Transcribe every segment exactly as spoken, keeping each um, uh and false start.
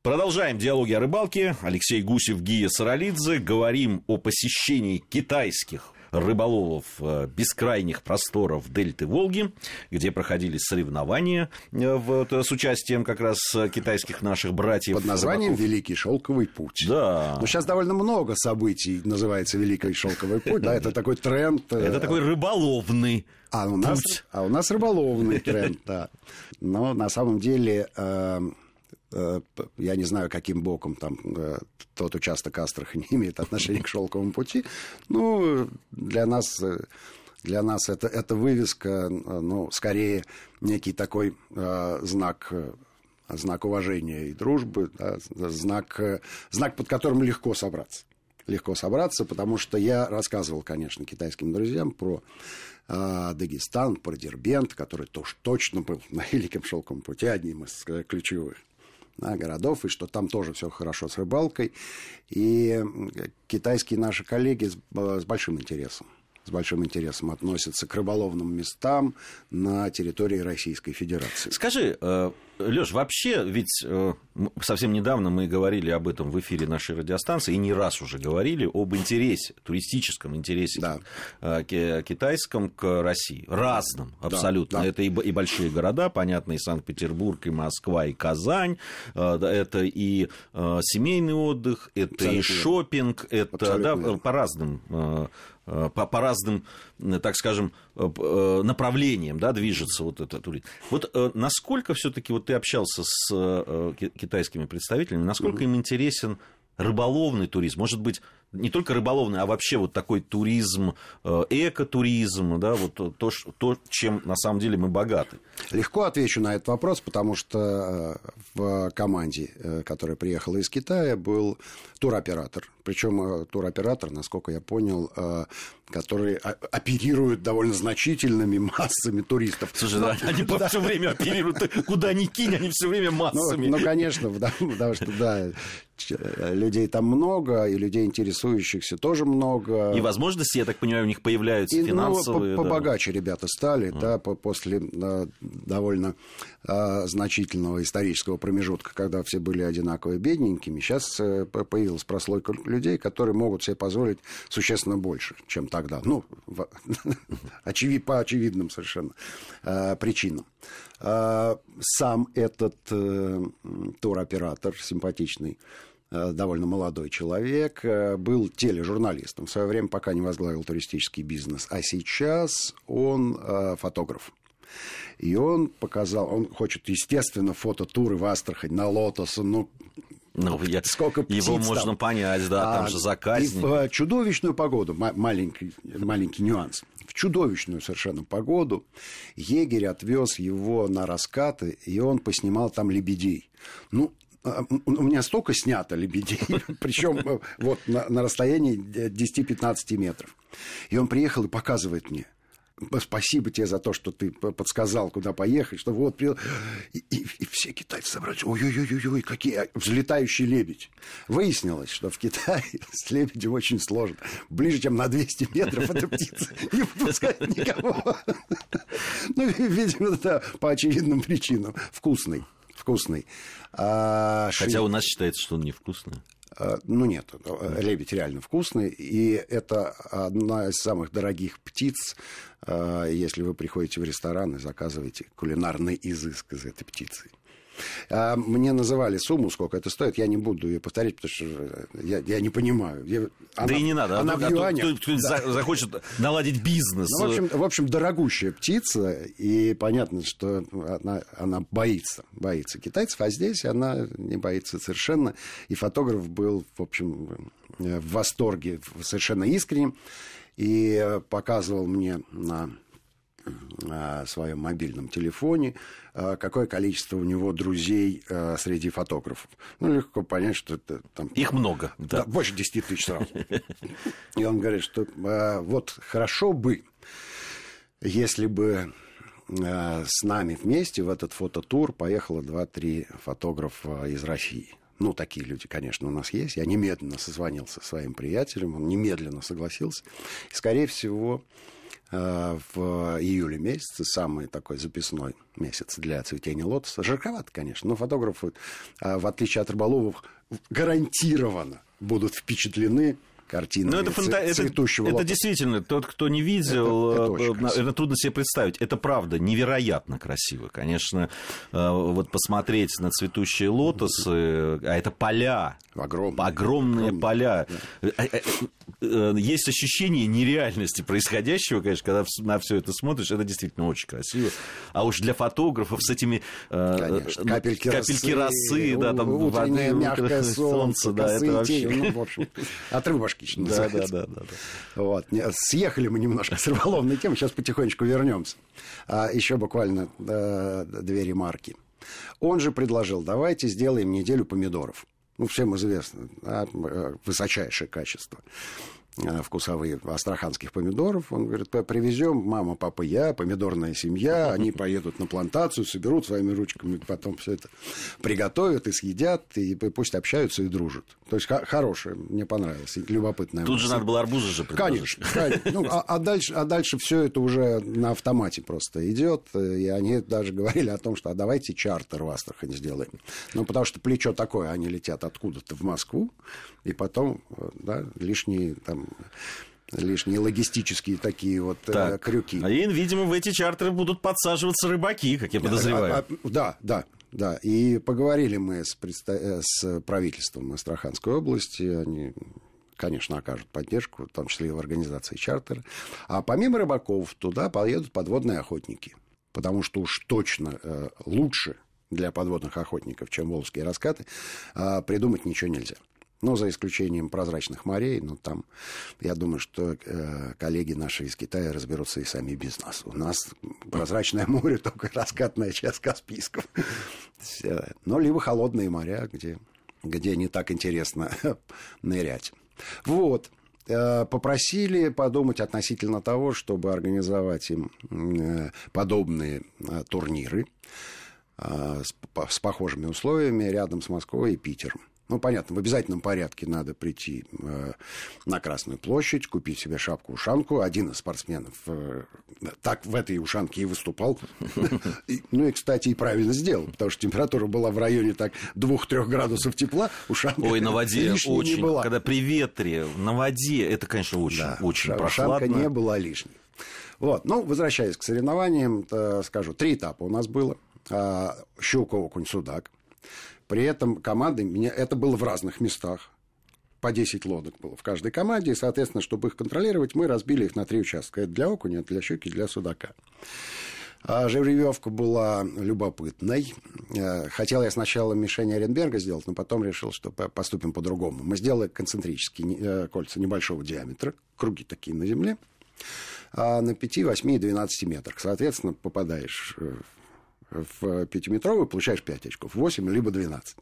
Продолжаем диалоги о рыбалке. Алексей Гусев, Гия Саралидзе. Говорим о посещении китайских рыболовов бескрайних просторов дельты Волги, где проходили соревнования в, с участием как раз китайских наших братьев. Под названием рыбаков. «Великий шелковый путь». Да. Но сейчас довольно много событий называется «Великий шелковый путь». Да, это такой тренд. Это такой рыболовный а у нас, путь. А у нас рыболовный тренд, да. Но на самом деле... Я не знаю, каким боком там тот участок Астрахани имеет отношение к шелковому пути. Ну, для нас, для нас это, это вывеска, ну, скорее некий такой э, знак, знак уважения и дружбы, да, знак, знак, под которым легко собраться. Легко собраться, потому что я рассказывал, конечно, китайским друзьям про э, Дагестан, про Дербент, который тоже точно был на Великом шелковом пути, одним из ключевых городов, и что там тоже все хорошо с рыбалкой. И китайские наши коллеги с, с большим интересом, с большим интересом относятся к рыболовным местам на территории Российской Федерации. Скажи, Лёш, вообще, ведь совсем недавно мы говорили об этом в эфире нашей радиостанции, и не раз уже говорили об интересе, туристическом интересе, да, китайском к России. Разном абсолютно. Да, да. Это и, и большие города, понятно, и Санкт-Петербург, и Москва, и Казань. Это и семейный отдых, это абсолютно и шопинг, это да, по разным... По, по разным, так скажем, направлениям, да, движется вот этот туризм. Вот насколько все-таки вот ты общался с китайскими представителями, насколько mm-hmm. им интересен рыболовный туризм? Может быть, не только рыболовный, а вообще вот такой туризм, экотуризм, да, вот то, то, чем на самом деле мы богаты. Легко отвечу на этот вопрос, потому что в команде, которая приехала из Китая, был туроператор. Причем туроператор, насколько я понял, который оперирует довольно значительными массами туристов. Слушай, но, да, они да. все время оперируют, куда ни кинь, они все время массами. Ну, ну конечно, да, потому что, да, людей там много, и людей, интересующихся, тоже много. И возможности, я так понимаю, у них появляются и, финансовые. Ну, побогаче да. ребята стали, а. да, после а, довольно а, значительного исторического промежутка, когда все были одинаково бедненькими. Сейчас а, появилась прослойка людей, которые могут себе позволить существенно больше, чем тогда. Ну, в, очевид, по очевидным совершенно а, причинам. А, сам этот а, туроператор, симпатичный, довольно молодой человек, был тележурналистом. В свое время пока не возглавил туристический бизнес. А сейчас он э, фотограф. И он показал, он хочет, естественно, фототуры в Астрахань на Лотос. Ну, ну я, сколько птиц его можно там понять, да, там а, же заказники. И в чудовищную погоду, маленький, маленький нюанс, в чудовищную совершенно погоду егерь отвез его на раскаты, и он поснимал там лебедей. Ну, у меня столько снято лебедей, причем вот на, на расстоянии десять-пятнадцать метров. И он приехал и показывает мне. Спасибо тебе за то, что ты подсказал, куда поехать, что вот... И, и, и все китайцы собрались. Ой-ой-ой, какие... Взлетающий лебедь. Выяснилось, что в Китае с лебедем очень сложно. Ближе, чем на двести метров эта птица не выпускает никого. Ну, видимо, это по очевидным причинам. Вкусный. Вкусный. А, Хотя ши... у нас считается, что он невкусный. А, ну, нет, лебедь реально вкусный. И это одна из самых дорогих птиц, а, если вы приходите в ресторан и заказываете кулинарный изыск из этой птицы. А, мне называли сумму, сколько это стоит. Я не буду ее повторять, потому что я, я не понимаю. Я, она, да и не надо. Она а в юанях. Кто-нибудь да. захочет наладить бизнес. Ну, в, общем, в общем, дорогущая птица. И понятно, что она, она боится, боится китайцев. А здесь она не боится совершенно. И фотограф был, в общем, в восторге, совершенно искренним. И показывал мне на... в своем мобильном телефоне, какое количество у него друзей среди фотографов. Ну, легко понять, что это... Там, их много. Да, да. Больше десяти тысяч сразу. И он говорит, что вот хорошо бы, если бы с нами вместе в этот фототур поехало два-три фотографа из России. Ну, такие люди, конечно, у нас есть. Я немедленно созвонился со своим приятелем, он немедленно согласился. И, скорее всего, в июле месяце, самый такой записной месяц для цветения лотоса. Жарковато, конечно, но фотографы, в отличие от рыболовов, гарантированно будут впечатлены картины это, фанта... цветущего это, лотоса. Это действительно, тот, кто не видел, это, это, это трудно себе представить. Это правда невероятно красиво. Конечно, вот посмотреть на цветущие лотосы, а это поля, огромные, огромные, огромные поля. Да. Есть ощущение нереальности происходящего, конечно, когда на все это смотришь, это действительно очень красиво. А уж для фотографов с этими конечно, капельки, капельки росы, росы, да, там утреннее воды, мягкое солнце, солнце да, это вообще... Тени, ну, в общем, отрывашки, что называется. Да, да, да, да. Вот. Съехали мы немножко с рыболовной темы, сейчас потихонечку вернемся. А еще буквально да, две ремарки. Он же предложил, давайте сделаем неделю помидоров. Ну, всем известно, да, высочайшее качество вкусовые астраханских помидоров. Он говорит, привезем, мама, папа, я, помидорная семья, они поедут на плантацию, соберут своими ручками, потом все это приготовят и съедят, и пусть общаются и дружат. То есть хорошее, мне понравилось, любопытное. Тут же надо было арбузы же предложить. Конечно, конечно. Ну, а, а, дальше, а дальше все это уже на автомате просто идет, и они даже говорили о том, что а давайте чартер в Астрахань сделаем. Ну, потому что плечо такое, они летят откуда-то в Москву, и потом, да, лишние там лишние логистические такие вот так. э, крюки. И, видимо, в эти чартеры будут подсаживаться рыбаки, как я подозреваю. А, а, да, да, да. И поговорили мы с, предста... с правительством Астраханской области. Они, конечно, окажут поддержку, в том числе и в организации чартера. А помимо рыбаков туда поедут подводные охотники. Потому что уж точно э, лучше для подводных охотников, чем волжские раскаты, э, придумать ничего нельзя. Ну, за исключением прозрачных морей, но там, я думаю, что э, коллеги наши из Китая разберутся и сами без нас. У нас прозрачное море, только раскатная часть Каспийского. Но либо холодные моря, где, где не так интересно нырять. Вот. Попросили подумать относительно того, чтобы организовать им подобные турниры с похожими условиями рядом с Москвой и Питером. Ну, понятно, в обязательном порядке надо прийти э, на Красную площадь, купить себе шапку-ушанку. Один из спортсменов э, так в этой ушанке и выступал. Ну, и, кстати, и правильно сделал, потому что температура была в районе так двух-трёх градусов тепла. Ушанка Ой, на воде очень, не была. Когда при ветре, на воде, это, конечно, очень, да, очень прохладно. Ушанка не была лишней. Вот, ну, возвращаясь к соревнованиям, скажу, три этапа у нас было. Щука, окунь, судак. При этом команды, это было в разных местах, по десять лодок было в каждой команде, и, соответственно, чтобы их контролировать, мы разбили их на три участка. Это для окуня, для щуки, для судака. А жеребьевка была любопытной. Хотел я сначала мишень Оренберга сделать, но потом решил, что поступим по-другому. Мы сделали концентрические кольца небольшого диаметра, круги такие на земле, на пяти, восьми и двенадцати метрах. Соответственно, попадаешь в пятиметровую, получаешь пять очков, восемь либо двенадцать.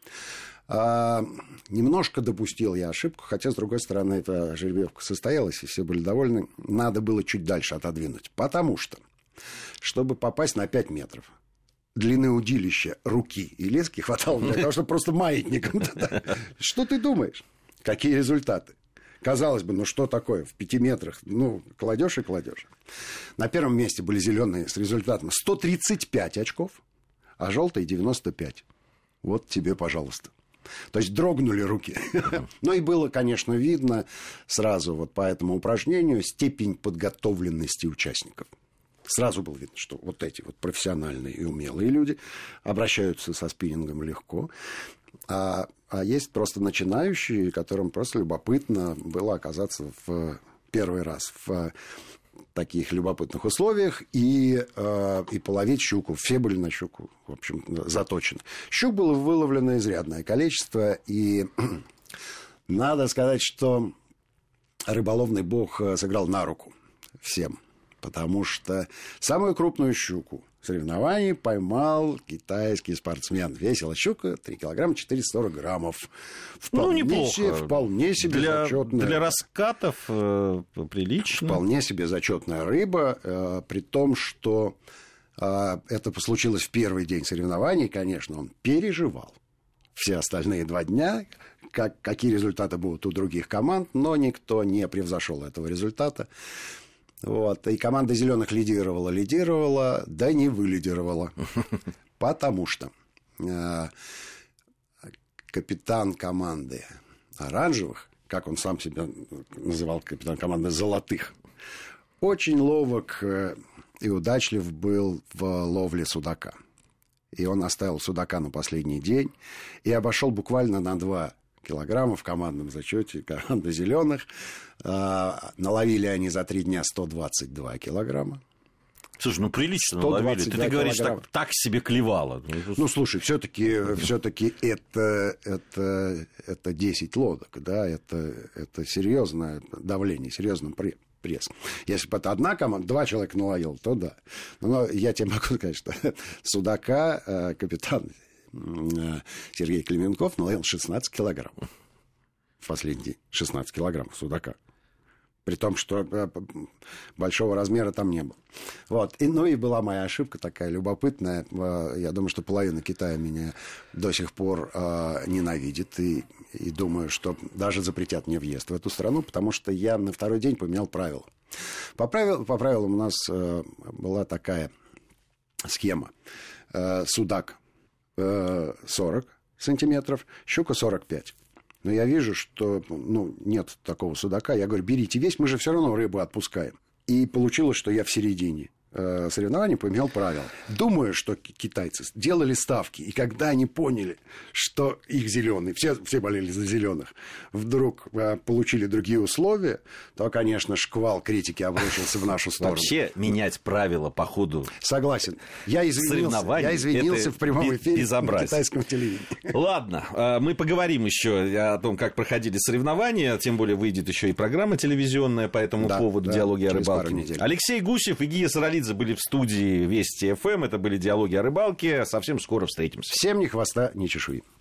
А, немножко допустил я ошибку, хотя, с другой стороны, эта жеребьевка состоялась, и все были довольны. Надо было чуть дальше отодвинуть, потому что, чтобы попасть на пять метров, длины удилища, руки и лески хватало для того, чтобы просто маятником. Что ты думаешь? Какие результаты? Казалось бы, ну что такое? В пяти метрах, ну, кладешь и кладешь. На первом месте были зеленые с результатом сто тридцать пять очков, а желтые девяносто пять. Вот тебе, пожалуйста. То есть дрогнули руки. Ну и было, конечно, видно сразу вот по этому упражнению степень подготовленности участников. Сразу было видно, что вот эти вот профессиональные и умелые люди обращаются со спиннингом легко. А, а есть просто начинающие, которым просто любопытно было оказаться в первый раз в таких любопытных условиях и, э, и половить щуку. Все были на щуку, в общем, заточены. Щук было выловлено изрядное количество, и надо сказать, что рыболовный бог сыграл на руку всем, потому что самую крупную щуку соревнований поймал китайский спортсмен. Весила щука три килограмма четыреста сорок граммов. Вполне, ну, неплохо. Себе, вполне себе для, зачетная. Для раскатов э, прилично. Вполне себе зачетная рыба, э, при том, что э, это случилось в первый день соревнований, конечно, он переживал. все остальные два дня, как, какие результаты будут у других команд, но никто не превзошел этого результата. Вот. И команда «Зеленых» лидировала, лидировала, да не вылидировала. Потому что э, капитан команды «Оранжевых», как он сам себя называл, капитан команды «Золотых», очень ловок и удачлив был в ловле судака. И он оставил судака на последний день и обошел буквально на два килограмма в командном зачете команды «Зеленых». Наловили они за три дня сто двадцать два килограмма. Слушай, ну прилично наловили. Ты, ты говоришь, так, так себе клевало. Ну, слушай, все-таки все-таки это, это, это десять лодок, да, это, это серьезное давление, серьезный пресс. Если бы это одна команда, два человека наловил, то да. Но я тебе могу сказать, что судака капитан Сергей Клименков наловил шестнадцать килограммов в последний день. шестнадцать килограммов судака. При том, что большого размера там не было. Вот. И, ну и была моя ошибка такая любопытная. Я думаю, что половина Китая меня до сих пор э, ненавидит. И, и думаю, что даже запретят мне въезд в эту страну, потому что я на второй день поменял правила. По, правил, по правилам у нас э, была такая схема. Э, судак э, сорок сантиметров, щука сорок пять. Но я вижу, что ну, нет такого судака. Я говорю, берите весь, мы же все равно рыбу отпускаем. И получилось, что я в середине э, соревнований поменял правила. Думаю, что китайцы делали ставки, и когда они поняли, что их зеленые, все, все болели за зеленых, вдруг э, получили другие условия, то, конечно, шквал критики обрушился в нашу сторону. Вообще менять правила по ходу Согласен. Я извинился, я извинился в прямом эфире на китайском телевидении. Ладно, мы поговорим еще о том, как проходили соревнования, тем более выйдет еще и программа телевизионная по этому да, поводу, да, «Диалоги о рыбалке». Алексей Гусев и Гия Саралидзе были в студии Вести ФМ. Это были «Диалоги о рыбалке». Совсем скоро встретимся. Всем ни хвоста, ни чешуи.